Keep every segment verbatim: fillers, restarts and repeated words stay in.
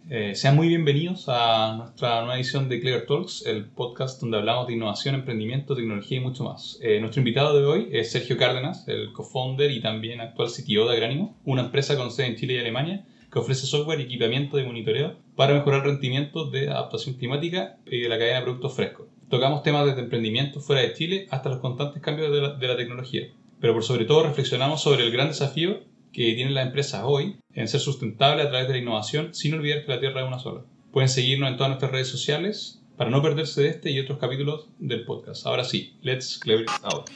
Eh, sean muy bienvenidos a nuestra nueva edición de Clever Talks, el podcast donde hablamos de innovación, emprendimiento, tecnología y mucho más. Eh, nuestro invitado de hoy es Sergio Cárdenas, el co-founder y también actual C T O de Agránimo, una empresa con sede en Chile y Alemania que ofrece software y equipamiento de monitoreo para mejorar el rendimiento de adaptación climática y de la cadena de productos frescos. Tocamos temas desde emprendimiento fuera de Chile hasta los constantes cambios de la, de la tecnología, pero por sobre todo reflexionamos sobre el gran desafío que tienen las empresas hoy en ser sustentable a través de la innovación, sin olvidar que la Tierra es una sola. Pueden seguirnos en todas nuestras redes sociales para no perderse de este y otros capítulos del podcast. Ahora sí, let's clever it out.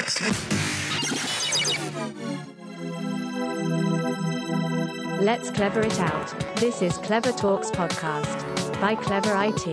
Let's clever it out. This is Clever Talks podcast by Clever I T.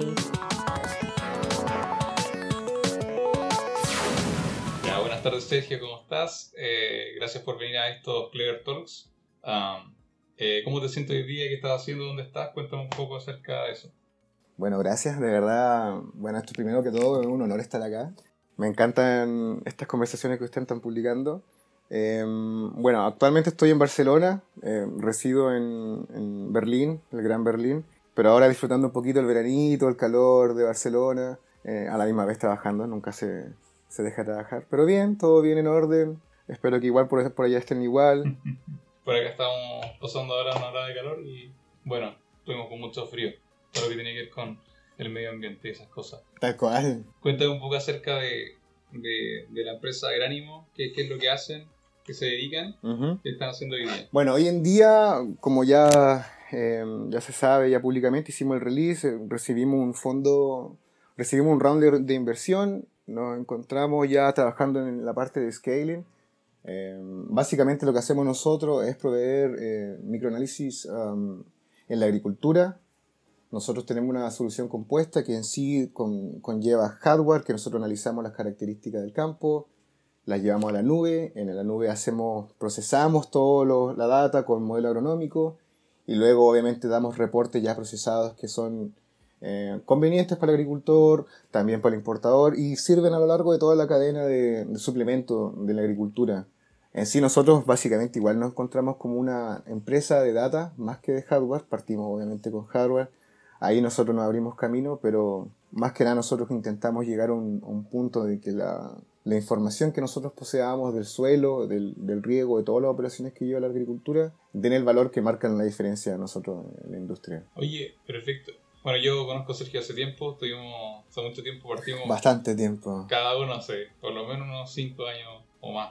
Ya, buenas tardes Sergio, ¿cómo estás? Eh, gracias por venir a estos Clever Talks. Um, eh, ¿Cómo te sientes hoy día? ¿Qué estás haciendo? ¿Dónde estás? Cuéntame un poco acerca de eso. Bueno, gracias, de verdad. Bueno, esto primero que todo es un honor estar acá. Me encantan estas conversaciones que ustedes están publicando. Eh, bueno, actualmente estoy en Barcelona, eh, resido en, en Berlín, el Gran Berlín, pero ahora disfrutando un poquito el veranito, el calor de Barcelona, eh, a la misma vez trabajando, nunca se, se deja trabajar. Pero bien, todo bien en orden, espero que igual por, por allá estén igual. Por acá estamos pasando ahora una hora de calor y bueno, estuvimos con mucho frío, todo lo que tiene que ver con el medio ambiente y esas cosas. Tal cual. Cuéntame un poco acerca de, de, de la empresa Agránimo, qué, qué es lo que hacen, qué se dedican, Uh-huh. qué están haciendo hoy día. Bueno, hoy en día, como ya, eh, ya se sabe, ya públicamente hicimos el release, eh, recibimos un fondo, recibimos un round de, de inversión, nos encontramos ya trabajando en la parte de scaling. Eh, básicamente lo que hacemos nosotros es proveer eh, microanálisis um, en la agricultura. Nosotros tenemos una solución compuesta que en sí con, conlleva hardware, que nosotros analizamos las características del campo, las llevamos a la nube, en la nube hacemos, procesamos toda la data con modelo agronómico y luego obviamente damos reportes ya procesados que son eh, convenientes para el agricultor, también para el importador y sirven a lo largo de toda la cadena de, de suplemento de la agricultura. En sí nosotros básicamente igual nos encontramos como una empresa de data más que de hardware, partimos obviamente con hardware, ahí nosotros nos abrimos camino, pero más que nada nosotros intentamos llegar a un, a un punto de que la, la información que nosotros poseamos del suelo, del, del riego, de todas las operaciones que lleva la agricultura, den el valor que marcan la diferencia de nosotros en la industria. Oye, perfecto. Bueno, yo conozco a Sergio hace tiempo, estuvimos, hace mucho tiempo partimos. Bastante tiempo. Cada uno hace por lo menos unos cinco años o más.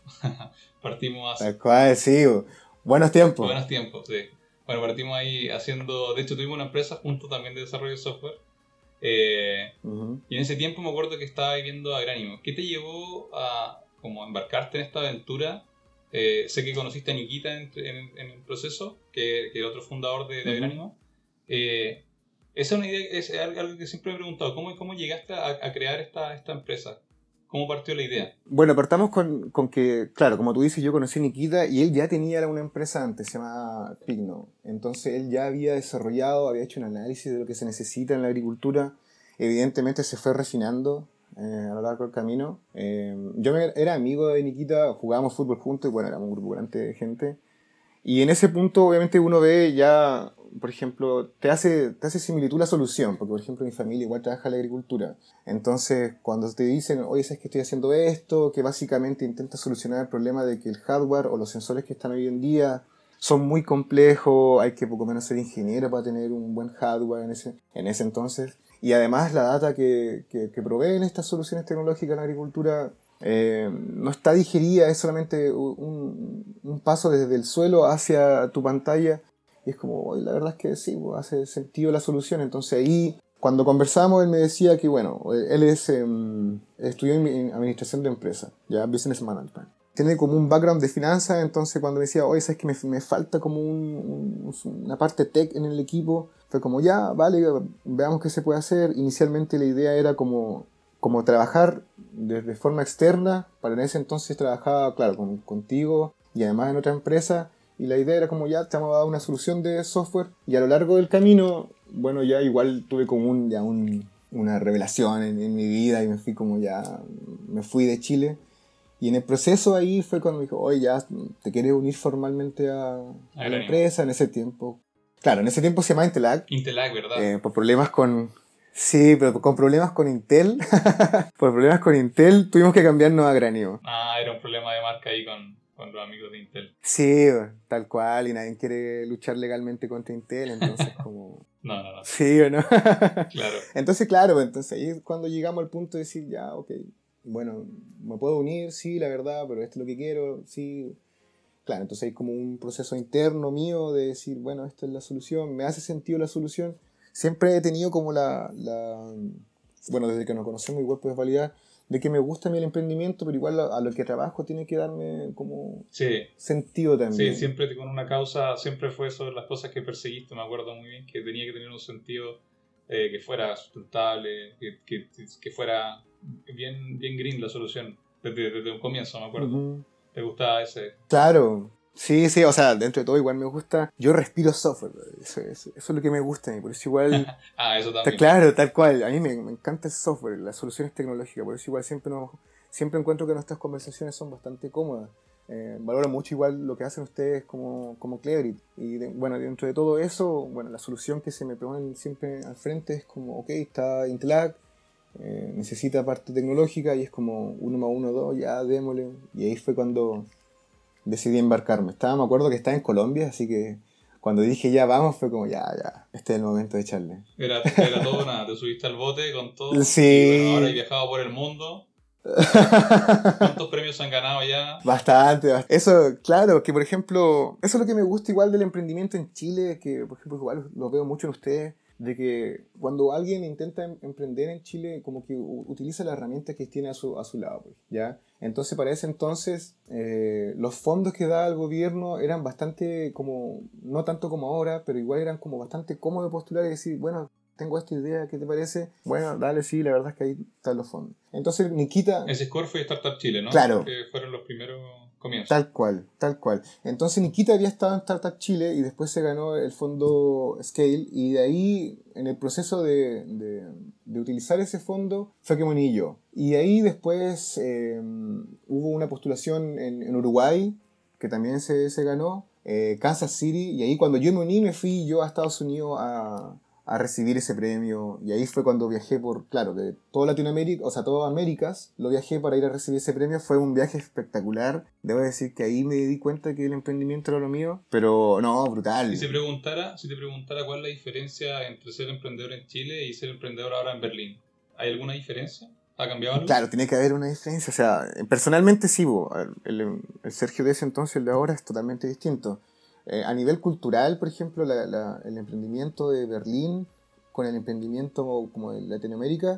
Partimos hace... Tal cual, sí, buenos tiempos. Buenos tiempos, sí. Bueno, partimos ahí haciendo... De hecho, tuvimos una empresa junto también de desarrollo de software. Eh, uh-huh. Y en ese tiempo me acuerdo que estaba viviendo Agránimo. ¿Qué te llevó a como embarcarte en esta aventura? Eh, sé que conociste a Nikita en, en, en el proceso, que, que es otro fundador de, de uh-huh. Agránimo. Eh, esa es una idea, es algo que siempre me he preguntado. ¿Cómo, cómo llegaste a, a crear esta, esta empresa? ¿Cómo partió la idea? Bueno, partamos con, con que, claro, como tú dices, yo conocí a Nikita y él ya tenía una empresa antes, se llama Pigno. Entonces él ya había desarrollado, había hecho un análisis de lo que se necesita en la agricultura. Evidentemente se fue refinando eh, a lo largo del camino. Eh, yo me, era amigo de Nikita, jugábamos fútbol juntos y bueno, éramos un grupo grande de gente. Y en ese punto obviamente uno ve ya, por ejemplo, te hace, te hace similitud la solución, porque por ejemplo mi familia igual trabaja en la agricultura. Entonces cuando te dicen, oye, ¿sabes que estoy haciendo esto? Que básicamente intenta solucionar el problema de que el hardware o los sensores que están hoy en día son muy complejos, hay que poco menos ser ingeniero para tener un buen hardware en ese, en ese entonces. Y además la data que, que, que proveen estas soluciones tecnológicas en la agricultura Eh, no está digerida, es solamente un, un paso desde el suelo hacia tu pantalla y es como, la verdad es que sí, pues, hace sentido la solución. Entonces ahí, cuando conversamos, él me decía que bueno, él es eh, estudió en administración de empresas, ya business management, tiene como un background de finanzas. Entonces cuando me decía, oye, sabes que me, me falta como un, un, una parte tech en el equipo, fue como ya, vale, veamos qué se puede hacer. Inicialmente la idea era como como trabajar de forma externa, para en ese entonces trabajaba, claro, con, contigo y además en otra empresa, y la idea era como ya te vamos a dar una solución de software, y a lo largo del camino, bueno, ya igual tuve como un, ya un, una revelación en, en mi vida y me fui como ya, me fui de Chile, y en el proceso ahí fue cuando me dijo, oye, ya te quieres unir formalmente a, a la empresa. En ese tiempo Claro, en ese tiempo se llamaba Intelac. Intelac, ¿verdad? Eh, por problemas con... Sí, pero con problemas con Intel. Por problemas con Intel tuvimos que cambiarnos a Granio. Ah, era un problema de marca ahí con, con los amigos de Intel. Sí, tal cual, y nadie quiere luchar legalmente contra Intel, entonces como... No, no, no. Sí o no. Claro. Entonces, claro, entonces ahí es cuando llegamos al punto de decir, ya, ok, bueno, me puedo unir, sí, la verdad, pero esto es lo que quiero, sí. Claro, entonces hay como un proceso interno mío de decir, bueno, esta es la solución, me hace sentido la solución. Siempre he tenido como la, la bueno, desde que nos conocemos igual puedes validar, de que me gusta a mí el emprendimiento, pero igual a, a lo que trabajo tiene que darme como Sí. sentido también. Sí, siempre con una causa, siempre fue sobre las cosas que perseguiste, me acuerdo muy bien, que tenía que tener un sentido eh, que fuera sustentable, que, que, que fuera bien, bien green la solución, desde, desde un comienzo, me acuerdo. Uh-huh. ¿Te gustaba ese? Claro. Sí, sí, o sea, dentro de todo igual me gusta. Yo respiro software, eso, eso, eso es lo que me gusta a mí, por eso igual... ah, eso también. Claro, tal cual, a mí me, me encanta el software, las soluciones tecnológicas, por eso igual siempre, nos, siempre encuentro que nuestras conversaciones son bastante cómodas. Eh, valoro mucho igual lo que hacen ustedes como, como Cleverit. Y de, bueno, dentro de todo eso, bueno, la solución que se me ponen siempre al frente es como, ok, está Intelac, eh, necesita parte tecnológica y es como uno más uno, dos, ya démosle. Y ahí fue cuando... decidí embarcarme. Estaba, me acuerdo que estaba en Colombia, así que cuando dije ya vamos, fue como ya, ya, este es el momento de echarle. Era, era todo nada, te subiste al bote con todo. Sí. Y bueno, ahora he viajado por el mundo. ¿Cuántos premios han ganado ya? Bastante, bastante. Eso, claro, que por ejemplo, eso es lo que me gusta igual del emprendimiento en Chile, que por ejemplo igual lo veo mucho en ustedes, de que cuando alguien intenta emprender en Chile, como que utiliza las herramientas que tiene a su, a su lado, pues, ¿ya? Entonces, para ese entonces, eh, los fondos que da el gobierno eran bastante como, no tanto como ahora, pero igual eran como bastante cómodos de postular y decir, bueno, tengo esta idea, ¿qué te parece? Bueno, dale, sí, la verdad es que ahí están los fondos. Entonces, Nikita... Ese score fue Startup Chile, ¿no? Claro. Que fueron los primeros comienzos. Tal cual, tal cual. Entonces, Nikita había estado en Startup Chile y después se ganó el fondo Scale y de ahí, en el proceso de, de, de utilizar ese fondo, fue que me uní yo. Y ahí después eh, hubo una postulación en, en Uruguay, que también se, se ganó, eh, Kansas City, y ahí cuando yo me uní me fui yo a Estados Unidos a... a recibir ese premio, y ahí fue cuando viajé por, claro, de toda Latinoamérica, o sea, todas Américas, lo viajé para ir a recibir ese premio. Fue un viaje espectacular. Debo decir que ahí me di cuenta que el emprendimiento era lo mío, pero no, brutal. Si, se preguntara, si te preguntara cuál es la diferencia entre ser emprendedor en Chile y ser emprendedor ahora en Berlín, ¿hay alguna diferencia? ¿Ha cambiado algo? Claro, tiene que haber una diferencia, o sea, personalmente sí, el, el Sergio de ese entonces, el de ahora, es totalmente distinto. Eh, a nivel cultural, por ejemplo, la, la, el emprendimiento de Berlín con el emprendimiento como de Latinoamérica,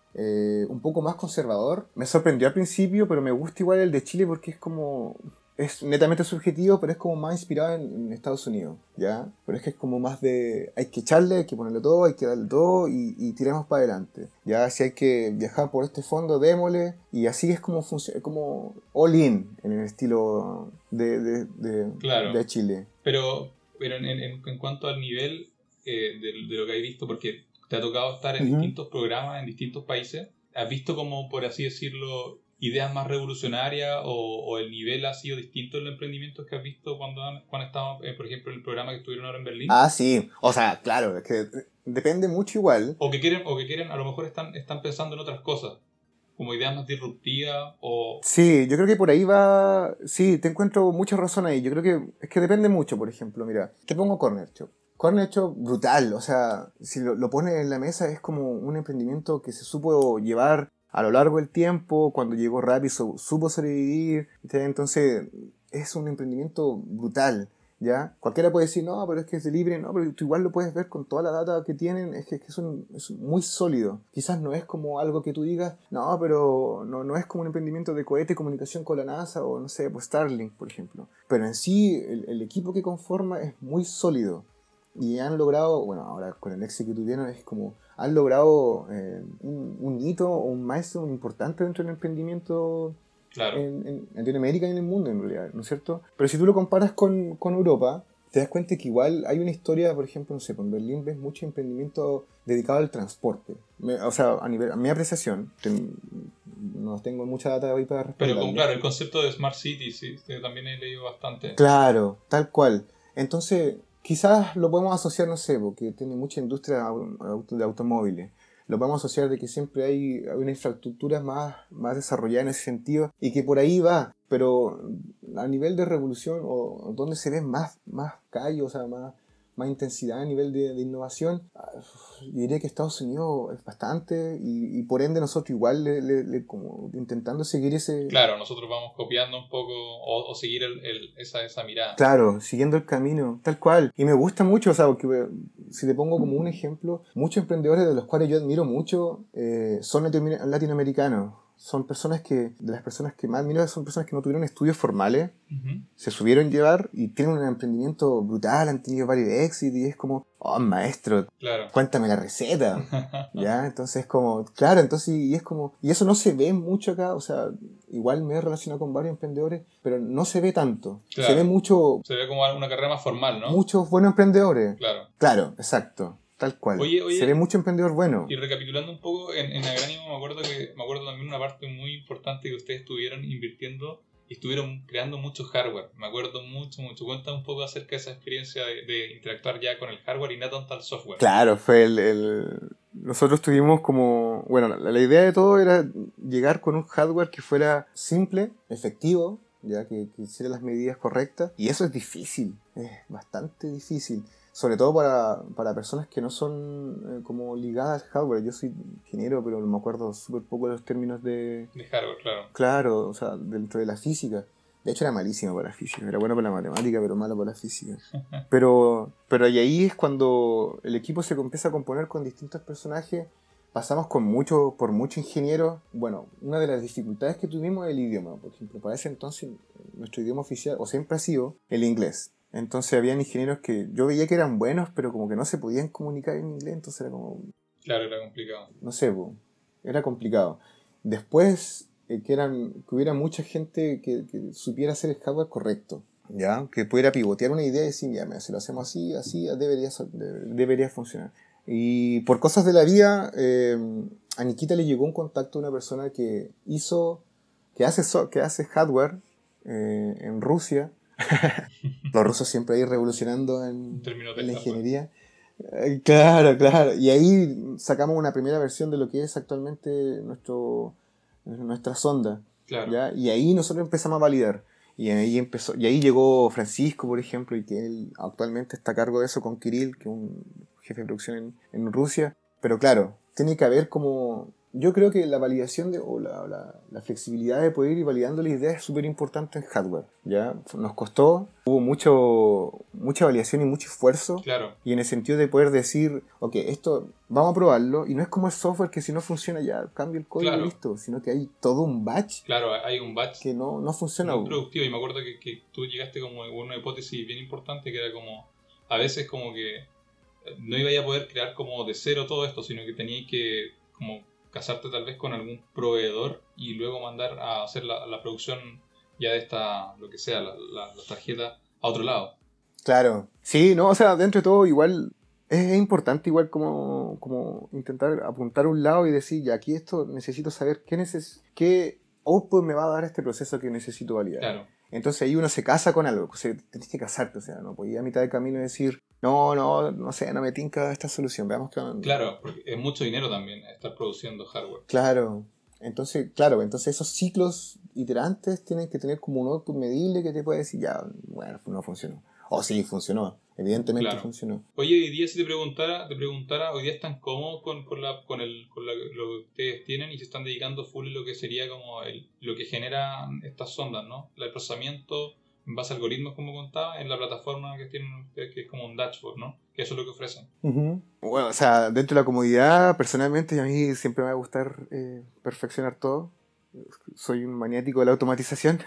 eh, un poco más conservador. Me sorprendió al principio, pero me gusta igual el de Chile porque es como... es netamente subjetivo, pero es como más inspirado en, en Estados Unidos, ¿ya? Pero es que es como más de... hay que echarle, hay que ponerle todo, hay que darle todo y, y tiremos para adelante. Ya, si hay que viajar por este fondo, démosle. Y así es como funciona, como all in en el estilo de, de, de, claro. de Chile. Pero, pero en, en, en cuanto al nivel eh, de, de lo que has visto, porque te ha tocado estar en uh-huh. distintos programas, en distintos países, ¿has visto como, por así decirlo, ideas más revolucionarias o, o el nivel ha sido distinto en los emprendimientos que has visto cuando han, cuando estaban, eh, por ejemplo, en el programa que estuvieron ahora en Berlín? Ah, sí. O sea, claro, es que depende mucho igual. O que quieren, o que quieren a lo mejor están, están pensando en otras cosas, como ideas más disruptivas o... Sí, yo creo que por ahí va... Sí, te encuentro mucha razón ahí. Yo creo que es que depende mucho, por ejemplo. Mira, te pongo Corner Shop. Corner Shop, brutal. O sea, si lo, lo pones en la mesa es como un emprendimiento que se supo llevar a lo largo del tiempo. Cuando llegó Rappi supo sobrevivir. Entonces es un emprendimiento brutal, ¿ya? Cualquiera puede decir, no, pero es que es delivery. No, pero tú igual lo puedes ver con toda la data que tienen. Es que es, que es, un, es muy sólido. Quizás no es como algo que tú digas, no, pero no, no es como un emprendimiento de cohete, comunicación con la NASA o no sé, pues Starlink, por ejemplo. Pero en sí, el, el equipo que conforma es muy sólido. Y han logrado, bueno, ahora con el éxito que tuvieron es como, han logrado eh, un, un hito o un milestone importante dentro del emprendimiento, claro, en, en, en Latinoamérica y en el mundo en realidad, ¿no es cierto? Pero si tú lo comparas con, con Europa, te das cuenta que igual hay una historia, por ejemplo, no sé, en Berlín ves mucho emprendimiento dedicado al transporte. Me, o sea, a, nivel, a mi apreciación, ten, no tengo mucha data ahí para responder. Pero con, claro, el concepto de Smart City, sí, también he leído bastante. Claro, tal cual. Entonces... quizás lo podemos asociar, no sé, porque tiene mucha industria auto- de automóviles. Lo podemos asociar de que siempre hay una infraestructura más, más desarrollada en ese sentido y que por ahí va. Pero a nivel de revolución, o donde se ve más, más callo, o sea, más, más intensidad a nivel de, de innovación, yo diría que Estados Unidos es bastante y, y por ende nosotros igual le, le, le como intentando seguir ese... Claro, nosotros vamos copiando un poco o, o seguir el, el, esa, esa mirada. Claro, siguiendo el camino, tal cual. Y me gusta mucho, o sea, porque eh, si te pongo como un ejemplo, muchos emprendedores de los cuales yo admiro mucho eh, son latino- latinoamericanos. Son personas que, de las personas que más admiro, son personas que no tuvieron estudios formales, Uh-huh. se subieron a llevar y tienen un emprendimiento brutal, han tenido varios éxitos y es como, oh, maestro, Claro. cuéntame la receta. ¿Ya? Entonces es como, claro, entonces y es como, y eso no se ve mucho acá, o sea, igual me he relacionado con varios emprendedores, pero no se ve tanto. Claro. Se ve mucho, Se ve como una carrera más formal, ¿no? muchos buenos emprendedores. Claro. Claro, exacto, tal cual. Oye, oye, se ve mucho emprendedor bueno. Y recapitulando un poco, en, en Agránimo me acuerdo que me acuerdo también una parte muy importante que ustedes estuvieron invirtiendo y estuvieron creando mucho hardware. Me acuerdo mucho, mucho. Cuéntame un poco acerca de esa experiencia de, de interactuar ya con el hardware y no tanto al software. Claro, fue el, el... Nosotros tuvimos como... Bueno, la, la idea de todo era llegar con un hardware que fuera simple, efectivo, ya que, que hiciera las medidas correctas. Y eso es difícil, es bastante difícil. Sobre todo para, para personas que no son eh, como ligadas al hardware. Yo soy ingeniero, pero me acuerdo súper poco de los términos de... De hardware, claro. Claro, o sea, dentro de la física. De hecho era malísimo para la física, era bueno para la matemática, pero malo para la física. Pero, pero y ahí es cuando el equipo se empieza a componer con distintos personajes. Pasamos con mucho, por muchos ingenieros. Bueno, una de las dificultades que tuvimos es el idioma. Por ejemplo, para ese entonces nuestro idioma oficial, o siempre ha sido, el inglés. Entonces habían ingenieros que yo veía que eran buenos, pero como que no se podían comunicar en inglés, entonces era como... Claro, era complicado. No sé, po, era complicado. Después, eh, que, eran, que hubiera mucha gente que, que supiera hacer el hardware correcto, ¿ya? Que pudiera pivotear una idea y decir, ya, mira, si lo hacemos así, así, debería, de- debería funcionar. Y por cosas de la vida, eh, a Nikita le llegó un contacto de una persona que hizo, que hace, so- que hace hardware eh, en Rusia. Los rusos siempre ahí revolucionando en, Términos de en la hardware. ingeniería. Eh, Claro, claro. Y ahí sacamos una primera versión de lo que es actualmente nuestro, nuestra sonda. Claro. ¿Ya? Y ahí nosotros empezamos a validar. Y ahí empezó, y ahí llegó Francisco, por ejemplo, y que él actualmente está a cargo de eso con Kirill, que es un jefe de producción en, en Rusia. Pero claro, tiene que haber como... Yo creo que la validación de, o la, la, la flexibilidad de poder ir validando la idea es súper importante en hardware. ¿Ya? Nos costó, hubo mucho, mucha validación y mucho esfuerzo. Claro. Y en el sentido de poder decir, ok, esto vamos a probarlo, y no es como el software que si no funciona ya cambio el código Claro. y listo, sino que hay todo un batch Claro, hay un batch que no, no funciona. muy productivo y me acuerdo que, que tú llegaste como a una hipótesis bien importante que era como, a veces como que no ibas a poder crear como de cero todo esto, sino que tenías que como casarte tal vez con algún proveedor y luego mandar a hacer la, la producción ya de esta, lo que sea, la, la, la tarjeta a otro lado. Claro. Sí, no, o sea, dentro de todo igual es importante igual como, como intentar apuntar a un lado y decir, ya aquí esto necesito saber qué, neces qué output me va a dar este proceso que necesito validar. Claro. Entonces ahí uno se casa con algo, o sea, tenés que casarte, o sea, no podía a mitad de camino decir, no, no, no sé, no me tinca esta solución, veamos qué onda. Claro, porque es mucho dinero también estar produciendo hardware. Claro. Entonces, claro, entonces esos ciclos iterantes tienen que tener como un output medible que te puede decir, ya, bueno, no funcionó. O sí, funcionó. Evidentemente Claro. funcionó. Oye, hoy día si te preguntara, te preguntara, hoy día están cómodos con, con, la, con, el, con la, lo que ustedes tienen y se están dedicando full a lo que sería como el, lo que generan estas sondas, ¿no? El procesamiento en base a algoritmos, como contaba, en la plataforma que tienen ustedes, que es como un dashboard, ¿no? Que eso es lo que ofrecen. Uh-huh. Bueno, o sea, dentro de la comodidad, personalmente a mí siempre me va a gustar eh, perfeccionar todo. Soy un maniático de la automatización.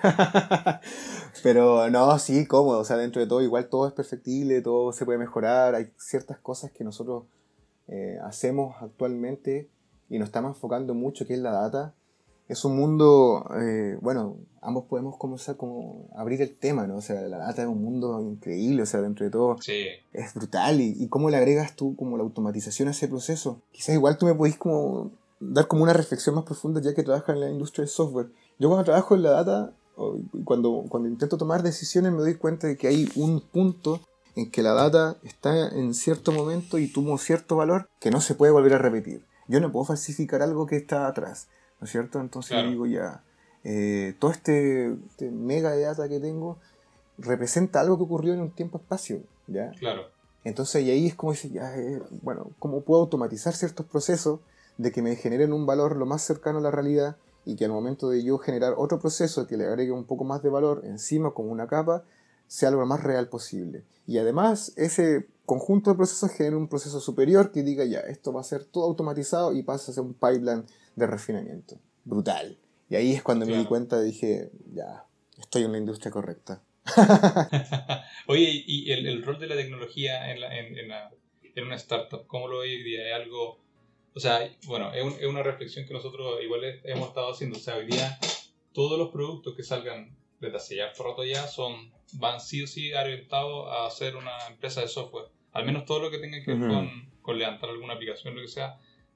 Pero no, sí, cómodo. O sea, dentro de todo igual todo es perfectible, todo se puede mejorar. Hay ciertas cosas que nosotros eh, hacemos actualmente y nos estamos enfocando mucho, que es la data. Es un mundo, eh, bueno, ambos podemos comenzar como a abrir el tema, ¿no? O sea, la data es un mundo increíble, o sea, dentro de todo Sí. es brutal. ¿Y, y cómo le agregas tú como la automatización a ese proceso? Quizás igual tú me podís como dar como una reflexión más profunda ya que trabajas en la industria del software. Yo cuando trabajo en la data, o cuando, cuando intento tomar decisiones me doy cuenta de que hay un punto en que la data está en cierto momento y tuvo cierto valor que no se puede volver a repetir. Yo no puedo falsificar algo que está atrás, ¿no es cierto? Entonces claro. Yo digo ya, eh, todo este, este mega de data que tengo representa algo que ocurrió en un tiempo-espacio, ¿ya? Claro. Entonces, y ahí es como decir, ya, eh, bueno, ¿cómo puedo automatizar ciertos procesos de que me generen un valor lo más cercano a la realidad y que al momento de yo generar otro proceso que le agregue un poco más de valor encima como una capa, sea lo más real posible? Y además, ese conjunto de procesos genera un proceso superior que diga, ya, esto va a ser todo automatizado y pasa a ser un pipeline de refinamiento. Brutal. Y ahí es cuando claro. me di cuenta y dije, ya, estoy en la industria correcta. Oye, ¿y el, el rol de la tecnología en, la, en, en, la, en una startup? ¿Cómo lo ve hoy día? ¿Es algo...? O sea, bueno, es, un, es una reflexión que nosotros igual hemos estado haciendo. O sea, hoy día todos los productos que salgan desde hace ya harto rato ya son, van sí o sí orientados a ser una empresa de software. Al menos todo lo que tenga que ver uh-huh. con, con levantar alguna aplicación, lo que sea.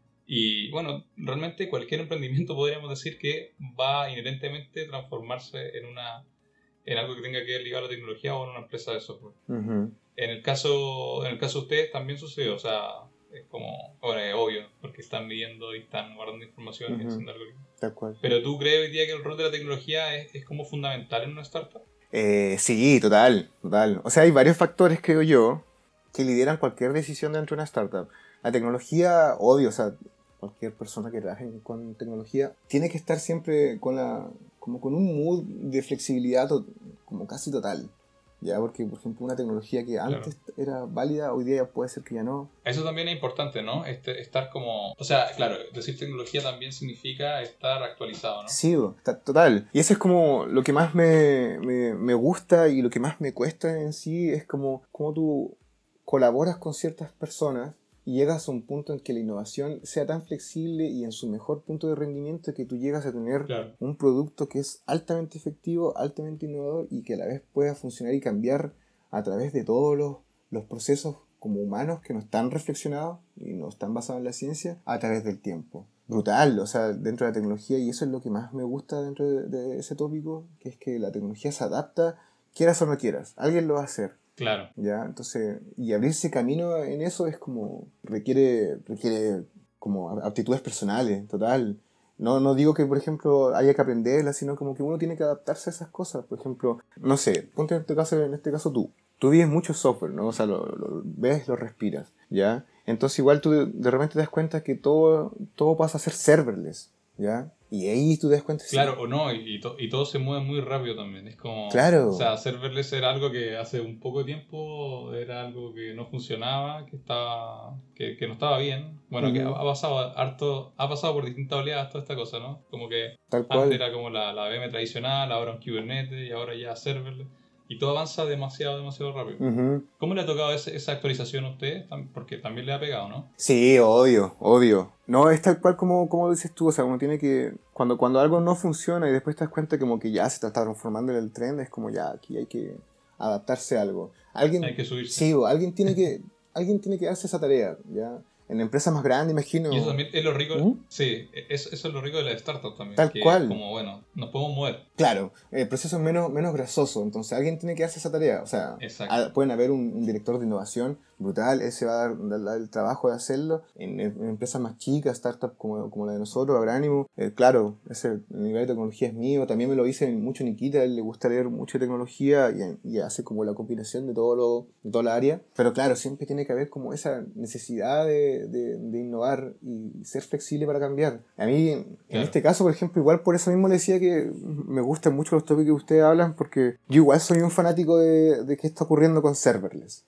Y bueno, realmente cualquier emprendimiento podríamos decir que va inherentemente a transformarse en una... en algo que tenga que ver ligado a la tecnología o en una empresa de software. Uh-huh. En el caso en el caso de ustedes también sucedió, o sea, es como, bueno, es obvio, porque están midiendo y están guardando información uh-huh. y haciendo algoritmos. Tal cual. Pero ¿tú crees hoy día que el rol de la tecnología es, es como fundamental en una startup? Eh, sí, total, total. O sea, hay varios factores, creo yo, que lideran cualquier decisión dentro de una startup. La tecnología, obvio, o sea, cualquier persona que trabaje con tecnología tiene que estar siempre con la... como con un mood de flexibilidad to- como casi total, ya, porque por ejemplo una tecnología que antes claro. era válida, hoy día puede ser que ya no. Eso también es importante, ¿no? Este, estar como, o sea, claro, decir tecnología también significa estar actualizado, ¿no? Sí, está, total, y eso es como lo que más me, me, me gusta y lo que más me cuesta en sí, es como, como tú colaboras con ciertas personas y llegas a un punto en que la innovación sea tan flexible y en su mejor punto de rendimiento que tú llegas a tener claro. un producto que es altamente efectivo, altamente innovador y que a la vez pueda funcionar y cambiar a través de todos los, los procesos como humanos que no están reflexionados y no están basados en la ciencia a través del tiempo. Brutal, o sea, dentro de la tecnología, y eso es lo que más me gusta dentro de, de ese tópico, que es que la tecnología se adapta, quieras o no quieras, alguien lo va a hacer. Claro. Ya, entonces, y abrirse camino en eso es como, requiere, requiere como aptitudes personales, total. No, no digo que, por ejemplo, haya que aprenderlas, sino como que uno tiene que adaptarse a esas cosas. Por ejemplo, no sé, ponte en este caso, en este caso tú. Tú vives mucho software, ¿no? O sea, lo, lo ves, lo respiras, ¿ya? Entonces igual tú de, de repente te das cuenta que todo, todo pasa a ser serverless, ¿ya? Y ahí tú te das cuenta... Claro, sí. o no, y, y, to, y todo se mueve muy rápido también. Es como... Claro. O sea, serverless era algo que hace un poco de tiempo era algo que no funcionaba, que estaba que, que no estaba bien. Bueno, uh-huh. que ha, ha pasado harto, ha pasado por distintas oleadas toda esta cosa, ¿no? Como que Tal cual. Antes era como la, la V M tradicional, ahora un Kubernetes y ahora ya serverless. Y todo avanza demasiado, demasiado rápido. Uh-huh. ¿Cómo le ha tocado ese, esa actualización a usted? Porque también le ha pegado, ¿no? Sí, obvio, obvio. No, es tal cual como, como dices tú, o sea, uno tiene que... Cuando, cuando algo no funciona y después te das cuenta como que ya se te está transformando en el tren, es como ya, aquí hay que adaptarse a algo. Alguien, hay que subirse. Sí, o alguien tiene que, alguien tiene que darse esa tarea, ¿ya? En empresas más grandes, imagino... Y eso también es lo rico, ¿Mm? sí, eso, eso es lo rico de la startup también. Tal que cual. Es como, bueno, nos podemos mover. Claro, el proceso es menos, menos grasoso, entonces alguien tiene que hacer esa tarea. O sea, a, pueden haber un, un director de innovación brutal, él se va a dar, dar el trabajo de hacerlo. En, en empresas más chicas, startups como, como la de nosotros, Agránimo, eh, claro, ese el nivel de tecnología es mío. También me lo dice mucho Nikita, a él le gusta leer mucho tecnología y, y hace como la combinación de, todo lo, de toda la área. Pero claro, siempre tiene que haber como esa necesidad de, de, de innovar y ser flexible para cambiar. A mí, en claro. este caso, por ejemplo, igual por eso mismo le decía que me gustan mucho los tópicos que ustedes hablan, porque yo igual soy un fanático de, de qué está ocurriendo con serverless.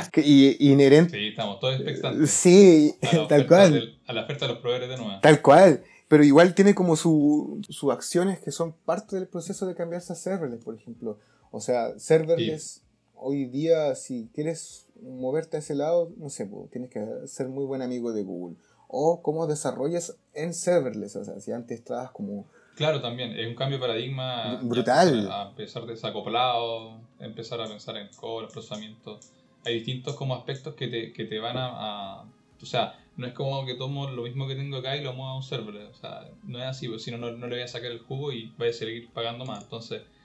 y, inherente. Sí, estamos todos expectantes. Sí, tal cual. Del, a la oferta de los proveedores de nuevo. Tal cual. Pero igual tiene como sus su acciones que son parte del proceso de cambiarse a serverless, por ejemplo. O sea, serverless, sí. Hoy día, si quieres moverte a ese lado, no sé, pues, tienes que ser muy buen amigo de Google. O cómo desarrollas en serverless. O sea, si antes estabas como... Claro, también, es un cambio de paradigma. Brutal. A empezar desacoplado, empezar a pensar en core, procesamiento. Hay distintos como aspectos que te, que te van a, a... O sea, no es como que tomo lo mismo que tengo acá y lo muevo a un server. O sea, no es así, porque si no, no le voy a sacar el jugo y voy a seguir pagando más. Entonces,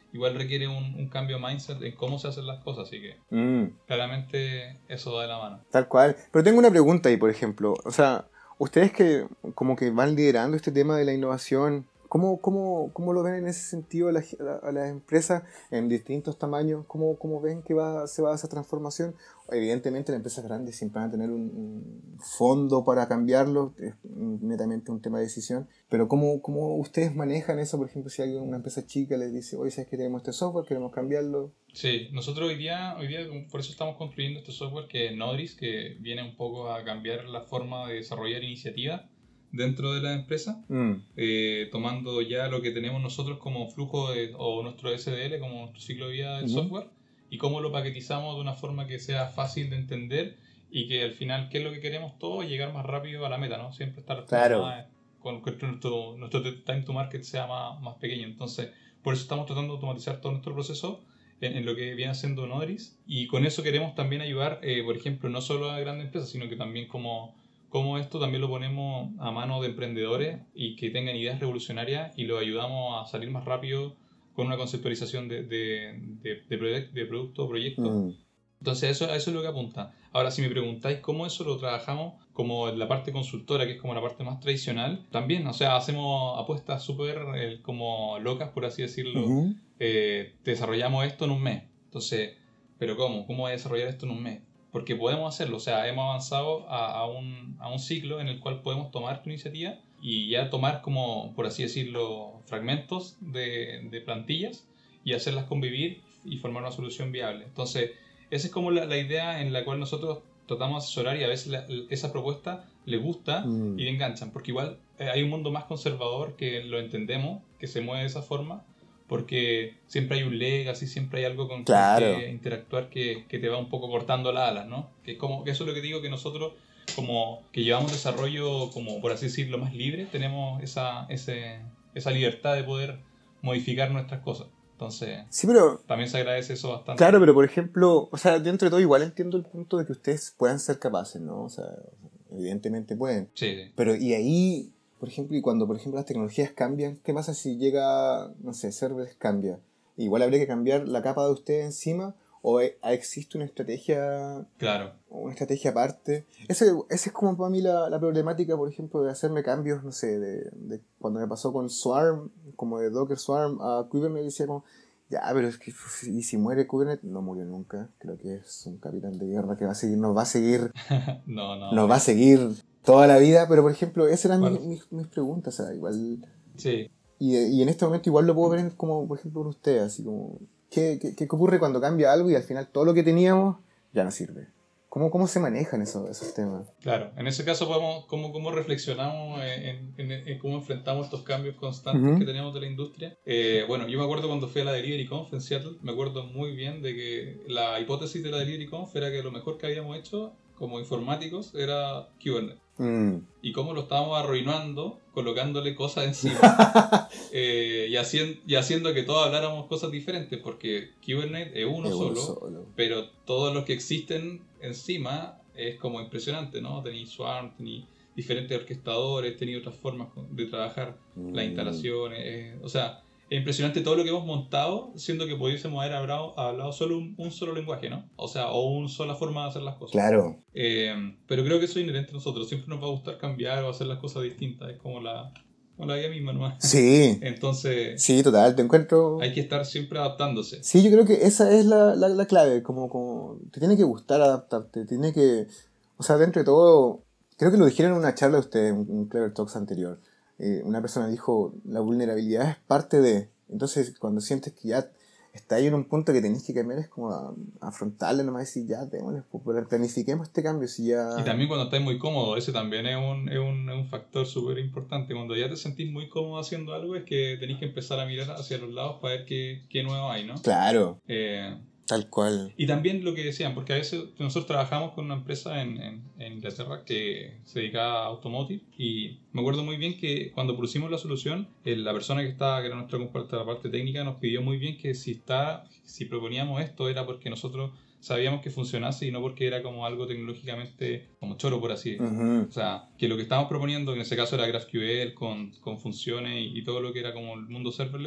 igual requiere un, un cambio de mindset en cómo se hacen las cosas, así que Mm, claramente eso va de la mano. tal cual. Pero tengo una pregunta ahí, por ejemplo. O sea, ustedes que como que van liderando este tema de la innovación, ¿cómo, cómo, cómo lo ven en ese sentido a, la- a la- a las empresas en distintos tamaños? ¿Cómo, cómo ven que va, se va esa transformación? Evidentemente las empresas grandes siempre van a tener un, un fondo para cambiarlo, es netamente un tema de decisión, pero ¿cómo, cómo ustedes manejan eso? Por ejemplo, si alguien, una empresa chica les dice, oye, ¿sabes que tenemos este software, queremos cambiarlo? Sí, nosotros hoy día, hoy día por eso estamos construyendo este software que es Nodris, que viene un poco a cambiar la forma de desarrollar iniciativas dentro de la empresa, Mm, eh, tomando ya lo que tenemos nosotros como flujo de- o nuestro S D L, como nuestro ciclo de vida del ujú. software, y cómo lo paquetizamos de una forma que sea fácil de entender y que al final, ¿qué es lo que queremos todos? Llegar más rápido a la meta, ¿no? Siempre estar como Claro. más, con que nuestro, nuestro time to market sea más, más pequeño. Entonces, por eso estamos tratando de automatizar todo nuestro proceso en, en lo que viene haciendo Nodris, y con eso queremos también ayudar, eh, por ejemplo, no solo a grandes empresas, sino que también como, como esto también lo ponemos a mano de emprendedores y que tengan ideas revolucionarias y los ayudamos a salir más rápido con una conceptualización de, de, de, de, proyect- de producto o proyecto. Mm, Entonces eso, a eso es lo que apunta. Ahora, si me preguntáis cómo eso lo trabajamos como en la parte consultora, que es como la parte más tradicional, también, o sea, hacemos apuestas súper eh, como locas, por así decirlo. ujú. Eh, desarrollamos esto en un mes. Entonces, ¿pero cómo? ¿Cómo voy a desarrollar esto en un mes? Porque podemos hacerlo, o sea, hemos avanzado a, a, un, a un ciclo en el cual podemos tomar tu iniciativa y ya tomar como, por así decirlo, fragmentos de, de plantillas y hacerlas convivir y formar una solución viable. Entonces, esa es como la, la idea en la cual nosotros tratamos de asesorar, y a veces la, esa propuesta le gusta Mm. y le enganchan, porque igual eh, hay un mundo más conservador que lo entendemos, que se mueve de esa forma, porque siempre hay un legacy, siempre hay algo con, Claro. con que interactuar que, que te va un poco cortando las alas, ¿no? Que, es como, que eso es lo que digo, que nosotros como que llevamos desarrollo, como por así decirlo, más libre, tenemos esa, ese, esa libertad de poder modificar nuestras cosas. Entonces, Sí, pero también se agradece eso bastante. claro, pero por ejemplo, o sea, dentro de todo igual entiendo el punto de que ustedes puedan ser capaces, ¿no? O sea, evidentemente pueden. Sí, sí. Pero y ahí, por ejemplo, y cuando por ejemplo las tecnologías cambian, ¿qué pasa si llega, no sé, Serverless cambia? Igual habría que cambiar la capa de ustedes encima, o e- existe una estrategia, Claro. una estrategia aparte. Ese, ese es como para mí la, la problemática, por ejemplo, de hacerme cambios, no sé, de, de cuando me pasó con Swarm, como de Docker Swarm a Kubernetes, decía como, ya, pero es que, uf, y si muere Kubernetes, no murió nunca. Creo que es un capitán de guerra que va a seguir, nos va a seguir, no, no. nos va a seguir toda la vida, pero por ejemplo, esas eran Bueno. mis, mis, mis preguntas, o sea, igual. Sí. Y, y en este momento igual lo puedo ver como, por ejemplo, con usted, así como, ¿qué, qué, qué ocurre cuando cambia algo y al final todo lo que teníamos ya no sirve? ¿Cómo, cómo se manejan esos, esos temas? Claro, en ese caso podemos, ¿cómo, cómo reflexionamos en, en, en cómo enfrentamos estos cambios constantes Ujú. que tenemos de la industria? Eh, bueno, yo me acuerdo cuando fui a la DeliveryConf en Seattle, me acuerdo muy bien de que la hipótesis de la DeliveryConf era que lo mejor que habíamos hecho como informáticos era Kubernetes. Mm. Y cómo lo estábamos arruinando colocándole cosas encima eh, y, haciendo, y haciendo que todos habláramos cosas diferentes, porque Kubernetes es uno Es uno solo, solo. pero todos los que existen encima es como impresionante, ¿no? Tenéis Swarm, tenéis diferentes orquestadores, tenéis otras formas de trabajar las Mm. instalaciones, eh, o sea, es impresionante todo lo que hemos montado, siendo que pudiésemos haber hablado, hablado solo un, un solo lenguaje, ¿no? O sea, o una sola forma de hacer las cosas. Claro. Eh, pero creo que eso es inherente a nosotros. Siempre nos va a gustar cambiar o hacer las cosas distintas. Es como la, como la vida misma nomás. Sí. Entonces, Sí, total, te encuentro. hay que estar siempre adaptándose. Sí, yo creo que esa es la, la, la clave, como, como te tiene que gustar adaptarte, tiene que, o sea, dentro de todo, creo que lo dijeron en una charla de ustedes, un, un Clever Talks anterior, eh, una persona dijo, la vulnerabilidad es parte de, entonces cuando sientes que ya está ahí en un punto que tenés que cambiar, es como a, afrontarle nomás y decir, ya, démosle, pues, planifiquemos este cambio, si ya... Y también cuando estás muy cómodo, ese también es un, es un, es un factor súper importante. Cuando ya te sentís muy cómodo haciendo algo, es que tenés que empezar a mirar hacia los lados para ver qué, qué nuevo hay, ¿no? Claro, Eh, tal cual. Y también lo que decían, porque a veces nosotros trabajamos con una empresa en, en, en Inglaterra que se dedicaba a automotive, y me acuerdo muy bien que cuando pusimos la solución, eh, la persona que estaba, que era nuestra compartida de la parte técnica, nos pidió muy bien que si, está, si proponíamos esto era porque nosotros sabíamos que funcionase y no porque era como algo tecnológicamente como choro, por así decirlo. Ujú. O sea, que lo que estábamos proponiendo, en ese caso era GraphQL con, con funciones y, y todo lo que era como el mundo serverless,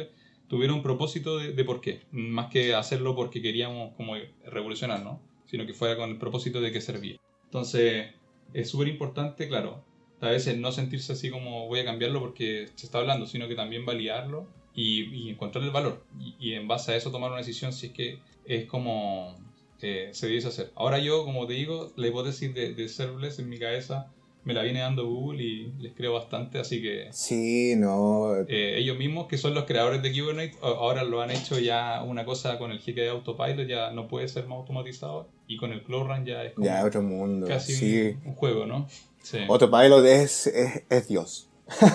tuviera un propósito de, de por qué, más que hacerlo porque queríamos como revolucionar, ¿no? Sino que fuera con el propósito de que servía. Entonces, es súper importante, claro, a veces no sentirse así como voy a cambiarlo porque se está hablando, sino que también validarlo y, y encontrar el valor. Y, y en base a eso tomar una decisión si es que es como eh, se debiese hacer. Ahora yo, como te digo, la hipótesis de, de serverless en mi cabeza me la viene dando Google y les creo bastante, así que Sí, no. eh, ellos mismos, que son los creadores de Kubernetes, a- ahora lo han hecho ya una cosa con el jeque de Autopilot, ya no puede ser más automatizado, y con el Cloud Run ya es Ya, como otro mundo. casi Sí. un, un juego, ¿no? Sí. Autopilot es, es, es Dios.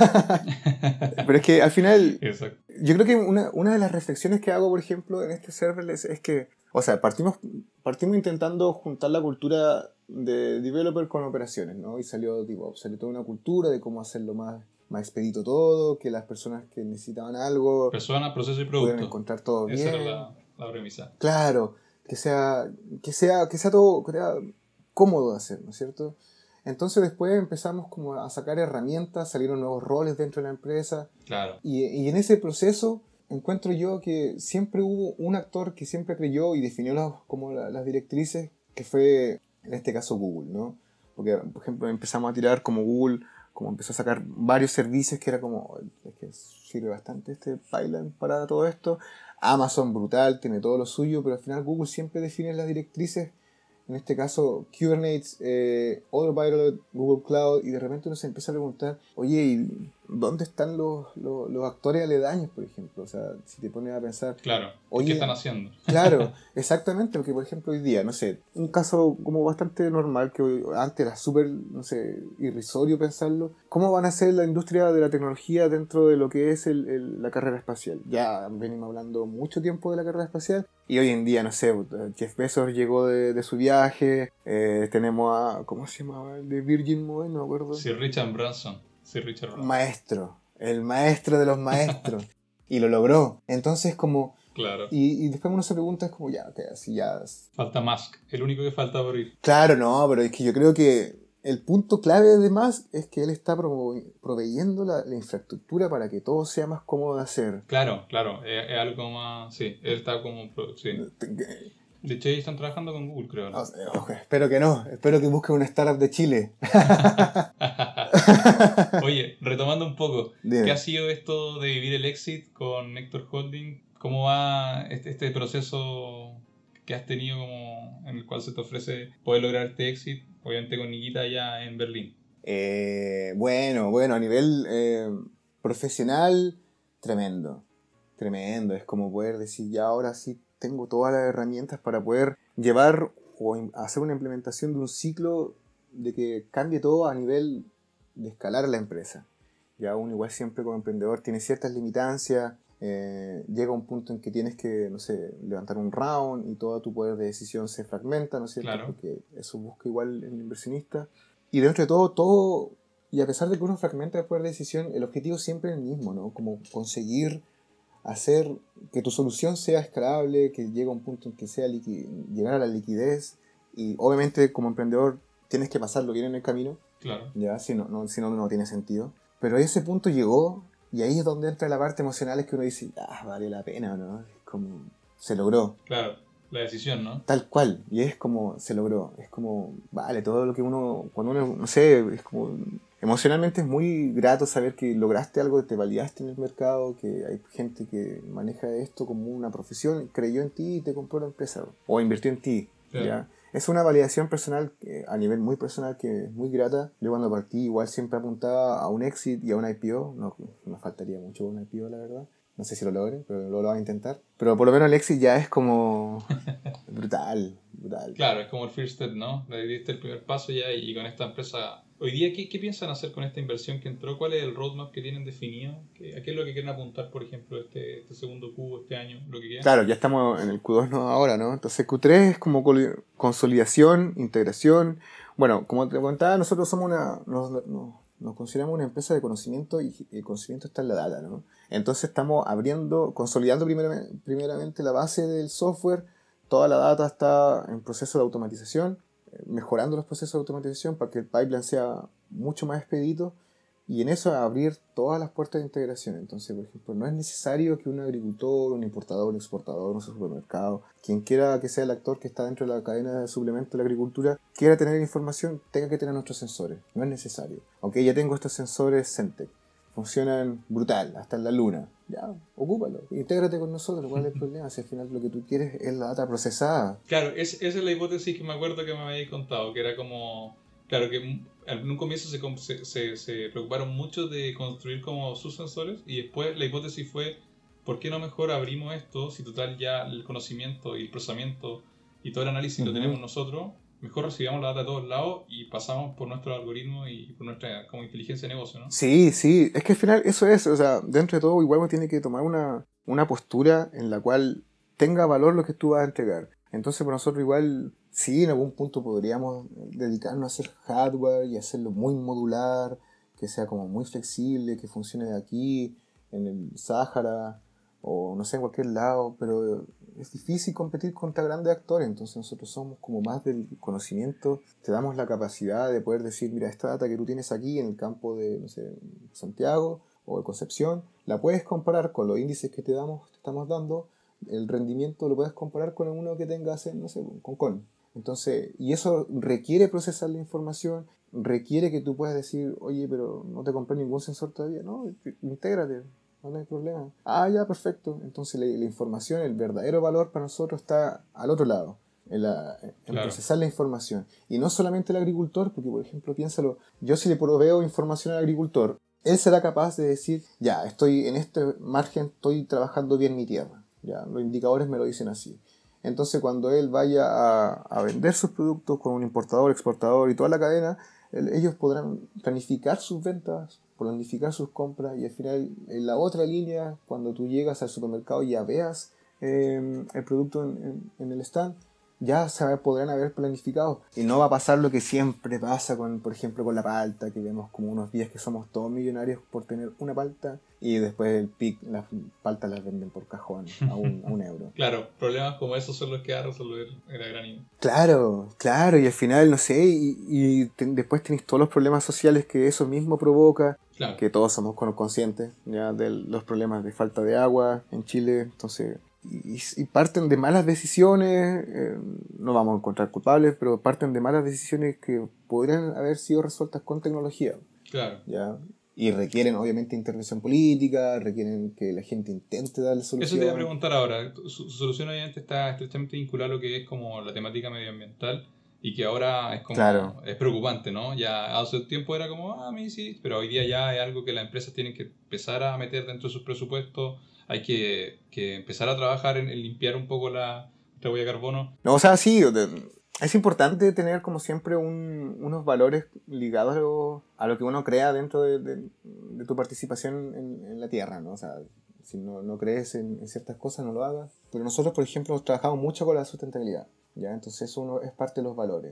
Pero es que al final, Exacto. yo creo que una, una de las reflexiones que hago, por ejemplo, en este serverless es que, o sea, partimos, partimos intentando juntar la cultura de developer con operaciones, ¿no? Y salió DevOps, salió toda una cultura de cómo hacerlo más, más expedito todo, que las personas que necesitaban algo Persona, proceso y pudieran producto. encontrar todo Esa era bien. la, la premisa. Claro, que sea, que sea, que sea todo que sea cómodo de hacer, ¿no es cierto? Entonces después empezamos como a sacar herramientas, salieron nuevos roles dentro de la empresa Claro. y, y en ese proceso encuentro yo que siempre hubo un actor que siempre creyó y definió las, como la- las directrices, que fue en este caso Google, ¿no? Porque, por ejemplo, empezamos a tirar como Google, como empezó a sacar varios servicios que era como, es que sirve bastante este pipeline para todo esto. Amazon brutal, tiene todo lo suyo, pero al final Google siempre define las directrices. En este caso, Kubernetes, eh, Autopilot, Google Cloud, y de repente uno se empieza a preguntar, oye, ¿y dónde están los, los, los actores aledaños, por ejemplo? O sea, si te pones a pensar, Claro. ¿Y oye, qué están haciendo? claro, exactamente, porque por ejemplo hoy día, no sé, un caso como bastante normal, que hoy- antes era súper, no sé, irrisorio pensarlo, ¿cómo van a ser la industria de la tecnología dentro de lo que es el, el- la carrera espacial? Ya venimos hablando mucho tiempo de la carrera espacial, y hoy en día, no sé, Jeff Bezos llegó de, de su viaje, eh, tenemos a, ¿cómo se llamaba? El de Virgin Mobile, no me acuerdo. Sir Richard Branson. Sir Richard Branson. Maestro, el maestro de los maestros, y lo logró. Entonces como... Claro. Y, y después uno se pregunta, es como, ya, ok, así ya... Falta Musk. El único que falta por ir. Claro, no, pero es que yo creo que el punto clave de Musk es que él está promo- proveyendo la, la infraestructura para que todo sea más cómodo de hacer. Claro, claro. Es, es algo más... Sí, él está como... pro- Sí. Eh, De hecho, ellos están trabajando con Google, creo, o ¿no? sea, ok, espero que no, espero que busque una startup de Chile. Oye, retomando un poco, Dime. ¿qué ha sido esto de vivir el exit con Nectar Holding? ¿Cómo va este, este proceso que has tenido como en el cual se te ofrece poder lograr este exit? Obviamente con Nikita allá en Berlín. Eh, bueno, bueno, a nivel eh, profesional, tremendo. Tremendo. Es como poder decir, ya ahora sí tengo todas las herramientas para poder llevar o im- hacer una implementación de un ciclo de que cambie todo a nivel de escalar la empresa. Ya uno igual siempre como emprendedor tiene ciertas limitancias, eh, llega un punto en que tienes que, no sé, levantar un round y todo tu poder de decisión se fragmenta, ¿no es cierto? Claro. Porque eso busca igual el inversionista. Y dentro de todo, todo, y a pesar de que uno fragmenta el poder de decisión, el objetivo siempre es el mismo, ¿no? Como conseguir hacer que tu solución sea escalable, que llegue a un punto en que sea liqui- llegar a la liquidez. Y obviamente como emprendedor tienes que pasarlo bien en el camino, Claro. ya, si no, no, si no, no tiene sentido. Pero ese punto llegó, y ahí es donde entra la parte emocional, es que uno dice, ah, vale la pena, ¿no? Es como, se logró. Claro, la decisión, ¿no? Tal cual, y es como, se logró, es como, vale, todo lo que uno, cuando uno, no sé, es como, emocionalmente es muy grato saber que lograste algo, que te validaste en el mercado, que hay gente que maneja esto como una profesión, creyó en ti y te compró la empresa, o invirtió en ti, Claro. ¿ya? Es una validación personal, eh, a nivel muy personal, que es muy grata. Yo cuando partí igual siempre apuntaba a un exit y a un I P O, no, no faltaría mucho un I P O la verdad. No sé si lo logren, pero lo, lo van a intentar. Pero por lo menos el exit ya es como brutal, brutal. Claro, es como el first step, ¿no? Le diste el primer paso ya y, y con esta empresa... Hoy día, ¿qué, ¿qué piensan hacer con esta inversión que entró? ¿Cuál es el roadmap que tienen definido? ¿Qué, ¿A qué es lo que quieren apuntar, por ejemplo, este, este segundo cubo, este año, lo que queda? Claro, ya estamos en el Q dos no ahora, ¿no? Entonces Q tres es como col- consolidación, integración. Bueno, como te comentaba, nosotros somos una... Nos, nos, nos consideramos una empresa de conocimiento y el conocimiento está en la data, ¿no? Entonces estamos abriendo, consolidando primeramente, primeramente la base del software. Toda la data está en proceso de automatización, mejorando los procesos de automatización para que el pipeline sea mucho más expedito y en eso abrir todas las puertas de integración. Entonces, por ejemplo, no es necesario que un agricultor, un importador, un exportador, un supermercado, quien quiera que sea el actor que está dentro de la cadena de suplemento de la agricultura, quiera tener información, tenga que tener nuestros sensores. No es necesario. Aunque ya tengo estos sensores Sentec. Funcionan brutal, hasta en la luna. Ya, ocúpalo, intégrate con nosotros, ¿cuál es el problema? Si al final lo que tú quieres es la data procesada. Claro, es, esa es la hipótesis que me acuerdo que me habéis contado, que era como... Claro, que en un comienzo se, se, se, se preocuparon mucho de construir como sus sensores y después la hipótesis fue, ¿por qué no mejor abrimos esto si total ya el conocimiento y el procesamiento y todo el análisis uh-huh. lo tenemos nosotros? Mejor recibamos la data de todos lados y pasamos por nuestro algoritmo y por nuestra como inteligencia de negocio, ¿no? Sí, sí, es que al final eso es, o sea, dentro de todo igual uno tiene que tomar una, una postura en la cual tenga valor lo que tú vas a entregar. Entonces por nosotros igual, sí, en algún punto podríamos dedicarnos a hacer hardware y hacerlo muy modular, que sea como muy flexible, que funcione de aquí, en el Sáhara, o no sé, en cualquier lado, pero es difícil competir contra grandes actores, entonces nosotros somos como más del conocimiento, te damos la capacidad de poder decir, mira, esta data que tú tienes aquí en el campo de, no sé, Santiago o de Concepción, la puedes comparar con los índices que te damos, te estamos dando, el rendimiento lo puedes comparar con uno que tengas en, no sé, con Con. Entonces, y eso requiere procesar la información, requiere que tú puedas decir, oye, pero no te compré ningún sensor todavía, no, intégrate. No hay problema. Ah, ya, perfecto. Entonces la, la información, el verdadero valor para nosotros está al otro lado, en, la, en claro. procesar la información. Y no solamente el agricultor, porque por ejemplo, piénsalo, yo si le proveo información al agricultor, él será capaz de decir, ya, estoy en este margen, estoy trabajando bien mi tierra. Ya, los indicadores me lo dicen así. Entonces cuando él vaya a, a vender sus productos con un importador, exportador y toda la cadena, él, ellos podrán planificar sus ventas, planificar sus compras y al final en la otra línea, cuando tú llegas al supermercado y ya veas eh, el producto en, en, en el stand, ya se podrán haber planificado y no va a pasar lo que siempre pasa con, por ejemplo, con la palta, que vemos como unos días que somos todos millonarios por tener una palta y después el pic, las paltas las venden por cajón a un, a un euro. Claro, problemas como esos son los que va a resolver el Agranime. Claro, claro, y al final, no sé, y, y te, después tenés todos los problemas sociales que eso mismo provoca, claro. Que todos somos conscientes ya de los problemas de falta de agua en Chile, entonces... Y, y parten de malas decisiones, eh, no vamos a encontrar culpables, pero parten de malas decisiones que podrían haber sido resueltas con tecnología. Claro. ¿Ya? Y requieren obviamente intervención política, requieren que la gente intente darle solución. Eso te voy a preguntar ahora. Su, su solución obviamente está estrechamente vinculada a lo que es como la temática medioambiental y que ahora es como claro. Es preocupante, ¿no? Ya hace tiempo era como, ah, a mí sí, pero hoy día ya es algo que las empresas tienen que empezar a meter dentro de sus presupuestos. Hay que, que empezar a trabajar en, en limpiar un poco la, la huella de carbono. No, o sea, sí, es importante tener como siempre un, unos valores ligados a lo, a lo que uno crea dentro de, de, de tu participación en, en la tierra, ¿no? O sea, si no, no crees en, en ciertas cosas, no lo hagas. Pero nosotros, por ejemplo, trabajamos mucho con la sustentabilidad, ¿ya? Entonces eso uno, es parte de los valores.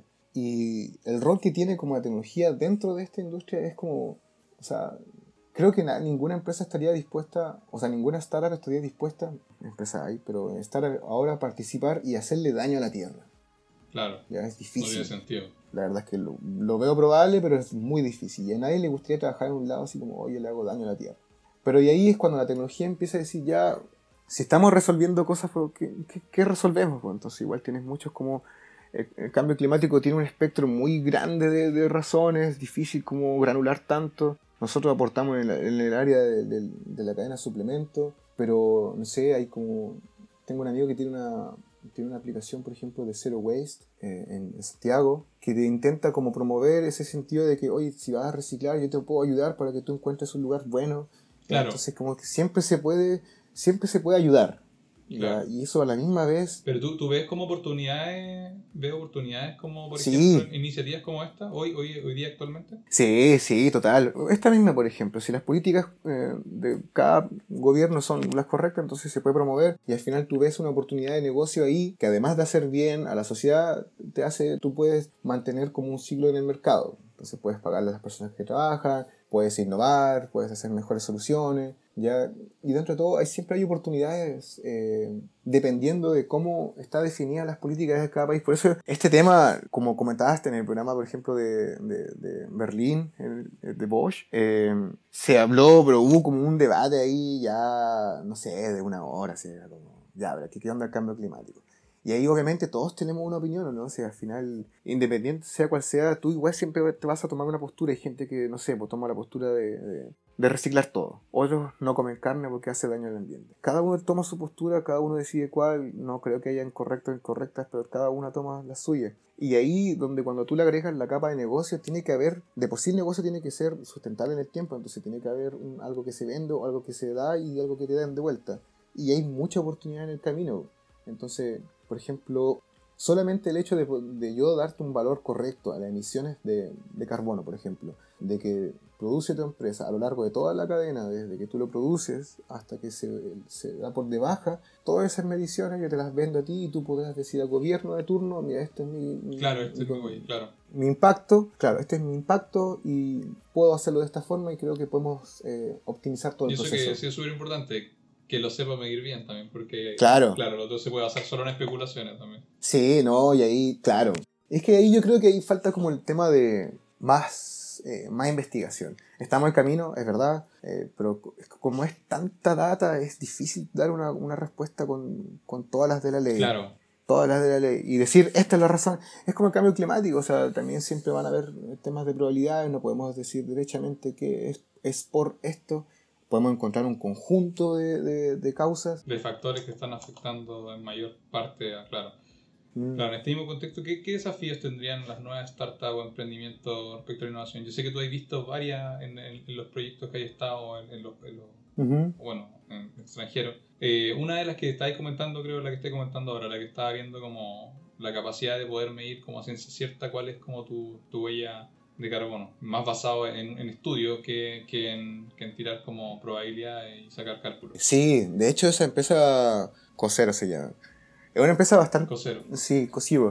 Y el rol que tiene como la tecnología dentro de esta industria es como, o sea... Creo que na, ninguna empresa estaría dispuesta, o sea, ninguna startup estaría dispuesta, empresa hay, pero estar ahora a participar y hacerle daño a la tierra. Claro. Ya es difícil. No tiene sentido. La verdad es que lo, lo veo probable, pero es muy difícil. Y a nadie le gustaría trabajar en un lado así como, oye, le hago daño a la tierra. Pero y ahí es cuando la tecnología empieza a decir, ya, si estamos resolviendo cosas, ¿qué, qué, qué resolvemos? Pues entonces igual tienes muchos como... El, el cambio climático tiene un espectro muy grande de, de razones, difícil como granular tanto. Nosotros aportamos en, la, en el área de, de, de la cadena de suplementos, pero no sé, hay como... Tengo un amigo que tiene una, tiene una aplicación, por ejemplo, de Zero Waste eh, en Santiago, que te intenta como promover ese sentido de que, oye, si vas a reciclar, yo te puedo ayudar para que tú encuentres un lugar bueno. Claro. Entonces, como que siempre se puede, siempre se puede ayudar. Claro. Y eso a la misma vez... Pero tú, tú ves como oportunidades, ves oportunidades como, por sí. ejemplo, iniciativas como esta, hoy, hoy, hoy día actualmente. Sí, sí, total. Esta misma, por ejemplo, si las políticas eh, de cada gobierno son las correctas, entonces se puede promover y al final tú ves una oportunidad de negocio ahí que además de hacer bien a la sociedad, te hace, tú puedes mantener como un ciclo en el mercado. Entonces puedes pagarle a las personas que trabajan, puedes innovar, puedes hacer mejores soluciones. ¿Ya? Y dentro de todo hay, siempre hay oportunidades eh, dependiendo de cómo está definidas las políticas de cada país. Por eso este tema, como comentaste en el programa, por ejemplo, de, de, de Berlín, el, el de Bosch, eh, se habló, pero hubo como un debate ahí ya, no sé, de una hora, así, era como, ya, pero ¿qué onda el cambio climático? Y ahí obviamente todos tenemos una opinión, ¿no? O sea, al final, independiente sea cual sea, tú igual siempre te vas a tomar una postura. Hay gente que, no sé, pues toma la postura de, de, de reciclar todo. Otros no comen carne porque hace daño al ambiente. Cada uno toma su postura, cada uno decide cuál. No creo que hayan correctas o incorrectas, pero cada uno toma la suya. Y ahí donde cuando tú le agregas la capa de negocio, tiene que haber, de por sí el negocio tiene que ser sustentable en el tiempo, entonces tiene que haber un, algo que se vende, o algo que se da y algo que te dan de vuelta. Y hay mucha oportunidad en el camino. Entonces, por ejemplo, solamente el hecho de, de yo darte un valor correcto a las emisiones de, de carbono, por ejemplo, de que produce tu empresa a lo largo de toda la cadena, desde que tú lo produces hasta que se, se da por de baja, todas esas mediciones yo te las vendo a ti y tú podrás decir al gobierno de turno, mira, este es mi, mi, Claro, este mi, es muy, claro. mi impacto, claro, este es mi impacto y puedo hacerlo de esta forma y creo que podemos eh, optimizar todo Y el eso proceso. que sí es súper importante, que lo sepa medir bien también, porque, Claro. claro, lo otro se puede basar solo en especulaciones también. Sí, no, y ahí, claro. Es que ahí yo creo que ahí falta como el tema de más, eh, más investigación. Estamos en camino, es verdad, eh, pero como es tanta data, es difícil dar una, una respuesta con, con todas las de la ley. Claro. Todas las de la ley. Y decir, esta es la razón. Es como el cambio climático, o sea, también siempre van a haber temas de probabilidades, no podemos decir derechamente que es, es por esto. Podemos encontrar un conjunto de, de, de causas. De factores que están afectando en mayor parte a, claro. Mm. Claro, en este mismo contexto, ¿qué, ¿qué desafíos tendrían las nuevas startups o emprendimientos respecto a la innovación? Yo sé que tú has visto varias en, en, en los proyectos que hay estado en, en los, en los Uh-huh. bueno, en extranjero. Eh, una de las que estáis comentando, creo, la que estoy comentando ahora, la que estaba viendo como la capacidad de poder medir como a ciencia cierta cuál es como tu, tu huella de carbono, más basado en, en estudios que, que, en, que en tirar como probabilidad y sacar cálculos. Sí, de hecho esa empresa Cosero se llama. Es una empresa bastante... Cosero. Sí, Cosivo.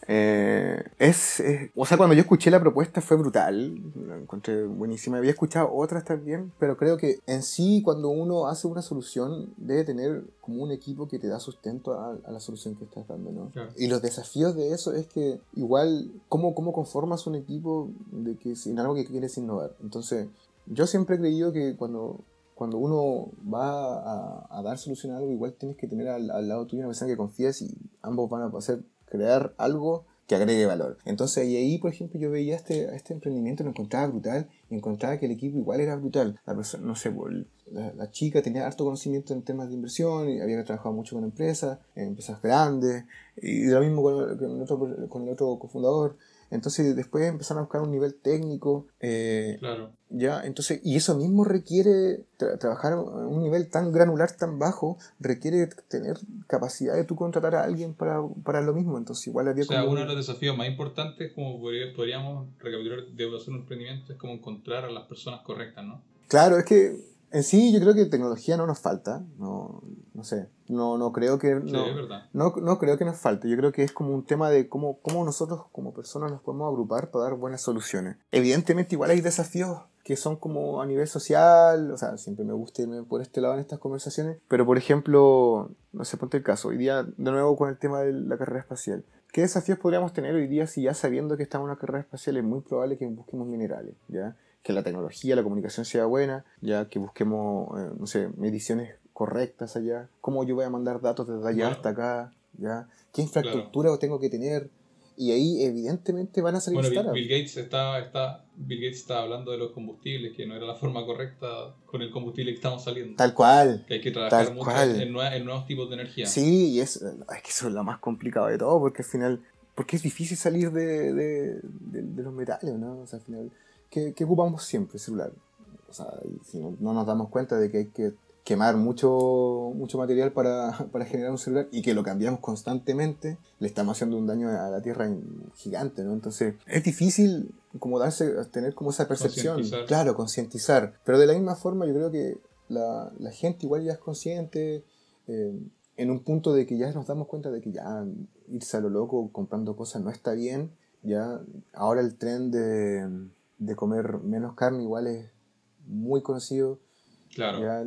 Eh, es, es, o sea, cuando yo escuché la propuesta fue brutal, la encontré buenísima. Había escuchado otras también, pero creo que en sí cuando uno hace una solución debe tener como un equipo que te da sustento a, a la solución que estás dando, ¿no? Claro. Y los desafíos de eso es que igual, ¿cómo, cómo conformas un equipo de que en algo que quieres innovar? Entonces, yo siempre he creído que cuando... Cuando uno va a, a dar solución a algo, igual tienes que tener al, al lado tuyo una persona que confíes y ambos van a hacer crear algo que agregue valor. Entonces, y ahí, por ejemplo, yo veía este, este emprendimiento, lo encontraba brutal y encontraba que el equipo igual era brutal. La persona, no sé, la, la chica tenía harto conocimiento en temas de inversión y había trabajado mucho con empresas, en empresas grandes, y lo mismo con, con, el, otro, con el otro cofundador. Entonces después empezaron a buscar un nivel técnico. Eh, claro. Ya, entonces, y eso mismo requiere tra- trabajar a un nivel tan granular, tan bajo, requiere tener capacidad de tú contratar a alguien para, para lo mismo. Entonces igual había O sea, como... uno de los desafíos más importantes, como podría- podríamos recapitular de hacer un emprendimiento, es como encontrar a las personas correctas, ¿no? Claro, es que en sí yo creo que tecnología no nos falta, no, no sé, no, no creo que no, Sí, es verdad. no, no creo que nos falte, yo creo que es como un tema de cómo, cómo nosotros como personas nos podemos agrupar para dar buenas soluciones. Evidentemente igual hay desafíos que son como a nivel social, o sea, siempre me gusta irme por este lado en estas conversaciones, pero por ejemplo, no sé, ponte el caso, hoy día de nuevo con el tema de la carrera espacial. ¿Qué desafíos podríamos tener hoy día si ya sabiendo que estamos en una carrera espacial es muy probable que busquemos minerales, ¿ya? Que la tecnología, la comunicación sea buena, ya que busquemos, eh, no sé, mediciones correctas allá, cómo yo voy a mandar datos desde allá Bueno, hasta acá, ya, qué infraestructura claro. tengo que tener, y ahí evidentemente van a salir Bueno, Bill, startups. Bill Gates está, está, Bill Gates está hablando de los combustibles, que no era la forma correcta con el combustible que estamos saliendo. Tal cual, Que hay que trabajar tal mucho en, cual. en, nueva- en nuevos tipos de energía. Sí, y es, es que eso es lo más complicado de todo, porque al final, porque es difícil salir de, de, de, de los metales, ¿no? O sea, al final, ¿qué, qué ocupamos siempre? El celular. O sea, y si no, no nos damos cuenta de que hay que quemar mucho, mucho material para, para generar un celular y que lo cambiamos constantemente, le estamos haciendo un daño a la Tierra gigante, ¿no? Entonces, es difícil como darse, tener como esa percepción, Concientizar. claro, concientizar, pero de la misma forma yo creo que la, la gente igual ya es consciente, eh, en un punto de que ya nos damos cuenta de que ya irse a lo loco comprando cosas no está bien, ya ahora el tren de, de comer menos carne igual es muy conocido. Claro. Ya,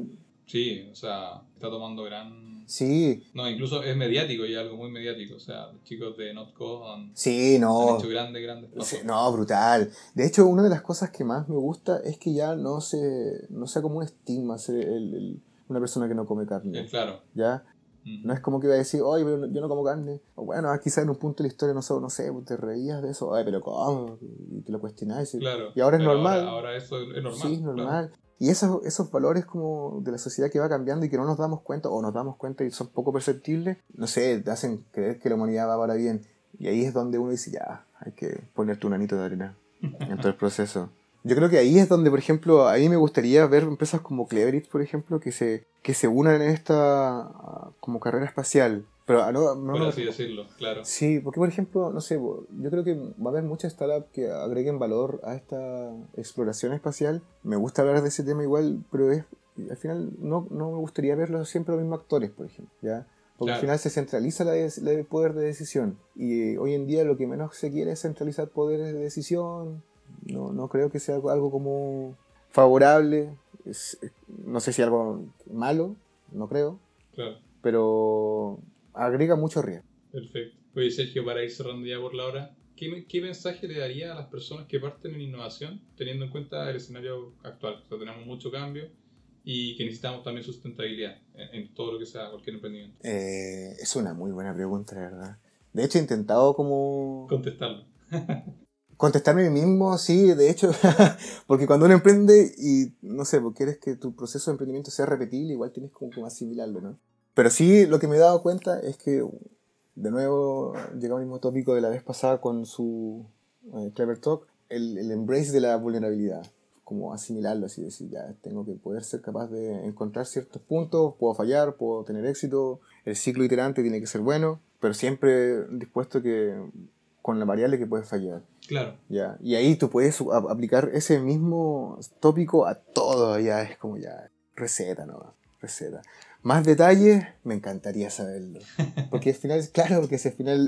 Sí, o sea, está tomando gran... Sí, No, incluso es mediático y algo muy mediático. O sea, los chicos de Notco han, sí, han hecho no. grandes, grandes Sí, pasos. no, brutal. De hecho, una de las cosas que más me gusta es que ya no se, no sea como un estigma ser el, el- una persona que no come Eh, carne. claro. ¿Ya? No Ujú. es como que iba a decir, oye, pero yo no como carne. O bueno, ah, quizás en un punto de la historia, no sé, no sé, te reías de eso, ay, pero ¿cómo? Y te lo cuestionáis. Y Claro, y ahora es pero ahora, normal, ahora eso es sí, es normal, claro. normal. Y esos, esos valores como de la sociedad que va cambiando y que no nos damos cuenta, o nos damos cuenta y son poco perceptibles, no sé, te hacen creer que la humanidad va para bien. Y ahí es donde uno dice, ya, hay que ponerte un anito de arena en todo el proceso. Yo creo que ahí es donde, por ejemplo, a mí me gustaría ver empresas como Cleverit, por ejemplo, que se, que se unan en esta ah, como carrera espacial. Pero ah, no, no, Por no, así decirlo, claro. sí, porque por ejemplo, no sé, bo- yo creo que va a haber muchas startups que agreguen valor a esta exploración espacial. Me gusta hablar de ese tema igual, pero es al final no, no me gustaría verlos siempre los mismos actores, por ejemplo, ¿ya? Porque al Claro, final se centraliza la de- la de poder de decisión. Y hoy en día lo que menos se quiere es centralizar poderes de decisión. No, no creo que sea algo, algo como favorable. Es- no sé si algo malo, no creo, claro. pero agrega mucho riesgo. Perfecto. Oye, Sergio, para ir cerrando ya por la hora, ¿qué, me- qué mensaje le daría a las personas que parten en innovación, teniendo en cuenta el escenario actual? O sea, tenemos mucho cambio y que necesitamos también sustentabilidad en, en todo lo que sea cualquier emprendimiento. Eh, es una muy buena pregunta, la verdad. De hecho, he intentado como Contestarlo. contestarme a mí mismo, sí, de hecho, porque cuando uno emprende y, no sé, porque quieres que tu proceso de emprendimiento sea repetible, igual tienes como que asimilarlo, ¿no? Pero sí, lo que me he dado cuenta es que, de nuevo, llegamos al mismo tópico de la vez pasada con su eh, Clever Talk, el, el embrace de la vulnerabilidad, como asimilarlo, así decir, ya tengo que poder ser capaz de encontrar ciertos puntos, puedo fallar, puedo tener éxito, el ciclo iterante tiene que ser bueno, pero siempre dispuesto que con la variable que puedes fallar. Claro, Ya, y ahí tú puedes a- aplicar ese mismo tópico a todo, ya es como ya, receta, ¿no? Receta. Más detalles, me encantaría saberlo. Porque al final, claro, porque si al final,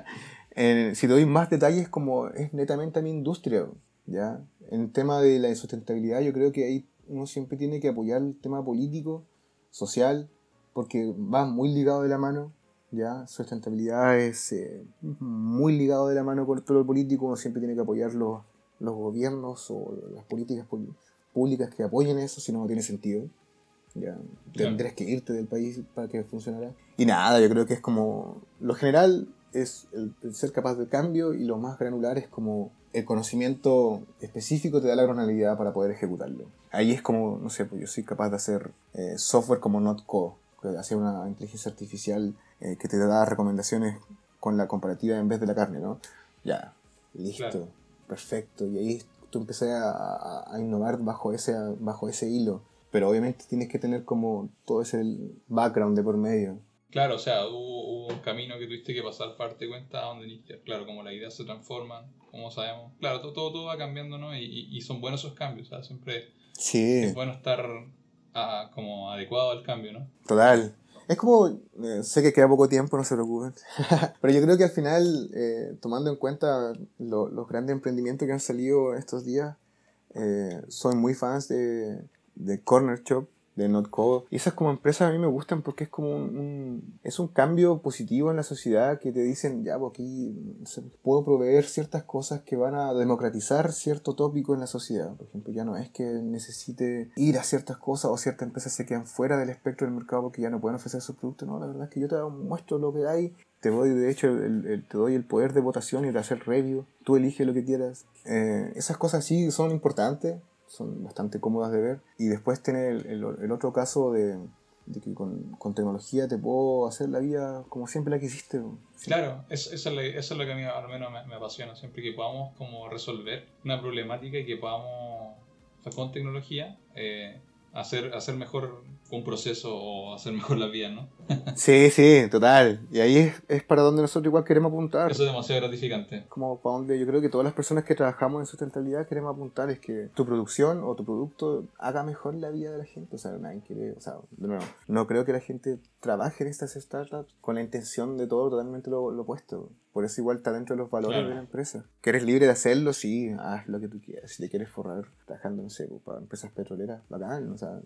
eh, si te doy más detalles, como es netamente a mi industria, ¿ya? En el tema de la sustentabilidad, yo creo que ahí uno siempre tiene que apoyar el tema político, social, porque va muy ligado de la mano. ¿Ya? Sustentabilidad es eh, muy ligado de la mano con todo lo político, uno siempre tiene que apoyar los, los gobiernos o las políticas pul- públicas que apoyen eso, si no, no tiene sentido. ¿Ya? claro. Tendrás que irte del país para que funcionara. Y nada, yo creo que es como, lo general es el, el ser capaz del cambio y lo más granular es como el conocimiento específico te da la granularidad para poder ejecutarlo. Ahí es como, no sé, pues yo soy capaz de hacer eh, software como Notco, que hace una inteligencia artificial eh, que te da recomendaciones con la comparativa en vez de la carne, ¿no? Ya, Claro. listo, perfecto. Y ahí tú empecé a, a- a innovar bajo ese, bajo ese hilo. Pero obviamente tienes que tener como todo ese background de por medio. Claro, o sea, hubo, hubo un camino que tuviste que pasar para darte cuenta donde iniciar. Claro, como las ideas se transforman, como sabemos. Claro, todo, todo, todo va cambiando, ¿no? Y, y- y son buenos esos cambios, o sea, siempre es Sí, bueno estar ah, como adecuado al cambio, ¿no? total. Es como, eh, sé que queda poco tiempo, no se preocupen. Pero yo creo que al final, eh, tomando en cuenta lo- los grandes emprendimientos que han salido estos días, eh, soy muy fans de, de Corner Shop, de Notco. Y esas como empresas a mí me gustan porque es como un, un- es un cambio positivo en la sociedad que te dicen, ya, pues aquí no sé, puedo proveer ciertas cosas que van a democratizar cierto tópico en la sociedad. Por ejemplo, ya no es que necesite ir a ciertas cosas o ciertas empresas se quedan fuera del espectro del mercado porque ya no pueden ofrecer sus productos. No, la verdad es que yo te muestro lo que hay. Te doy, de hecho, el, el- te doy el poder de votación y de hacer review. Tú eliges lo que quieras. Eh, esas cosas sí son importantes, son bastante cómodas de ver. Y después tener el, el, el otro caso de, de que con, con tecnología te puedo hacer la vida como siempre la quisiste. Sí. Claro, es- eso, es lo, eso es lo que a mí al menos me, me apasiona, siempre que podamos como resolver una problemática y que podamos, o sea, con tecnología, eh, hacer, hacer mejor un proceso o hacer mejor la vida, ¿no? Sí, sí, total. Y ahí es, es para donde nosotros igual queremos apuntar. Eso es demasiado gratificante. Como para donde yo creo que todas las personas que trabajamos en sustentabilidad queremos apuntar es que tu producción o tu producto haga mejor la vida de la gente. O sea, nadie quiere, o sea, de nuevo, no creo que la gente trabaje en estas startups con la intención de todo totalmente lo, lo opuesto. Por eso igual está dentro de los valores de Claro, la empresa. Que eres libre de hacerlo, sí, haz lo que tú quieras. Si te quieres forrar trabajando, no sé, pues, para empresas petroleras, bacán, o sea,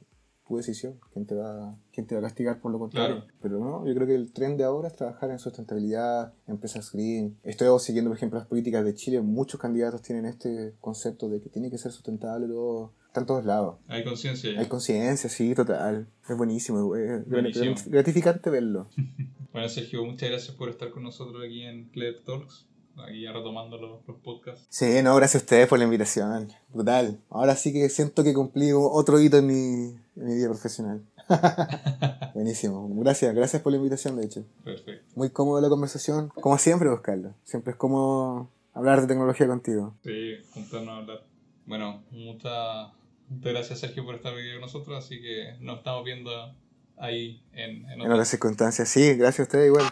tu decisión. ¿Quién te va, quién te va a castigar por lo contrario? Claro. Pero no, yo creo que el tren de ahora es trabajar en sustentabilidad, empresas green. Estoy siguiendo, por ejemplo, las políticas de Chile. Muchos candidatos tienen este concepto de que tiene que ser sustentable todo. Está en todos lados. Hay conciencia. Hay conciencia, sí, total. Es buenísimo. Es Buenísimo. gratificante verlo. Bueno, Sergio, muchas gracias por estar con nosotros aquí en Clever Talks. Aquí ya retomando los, los podcasts. Sí, no, gracias a ustedes por la invitación. Brutal. Ahora sí que siento que cumplí otro hito en mi, en mi vida profesional. Buenísimo. Gracias, gracias por la invitación, de hecho. Perfecto. Muy cómodo la conversación. Como siempre, Oscar. Siempre es cómodo hablar de tecnología contigo. Sí, juntarnos a hablar. Bueno, muchas, muchas gracias, Sergio, por estar aquí con nosotros. Así que nos estamos viendo ahí en, en, en otras circunstancias. Sí, gracias a ustedes igual.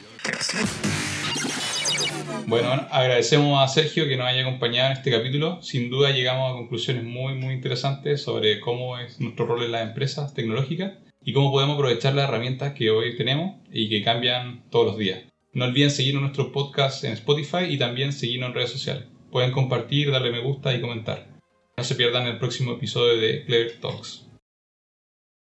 Bueno, bueno, agradecemos a Sergio que nos haya acompañado en este capítulo. Sin duda llegamos a conclusiones muy, muy interesantes sobre cómo es nuestro rol en las empresas tecnológicas y cómo podemos aprovechar las herramientas que hoy tenemos y que cambian todos los días. No olviden seguirnos en nuestro podcast en Spotify y también seguirnos en redes sociales. Pueden compartir, darle me gusta y comentar. No se pierdan el próximo episodio de Clever Talks.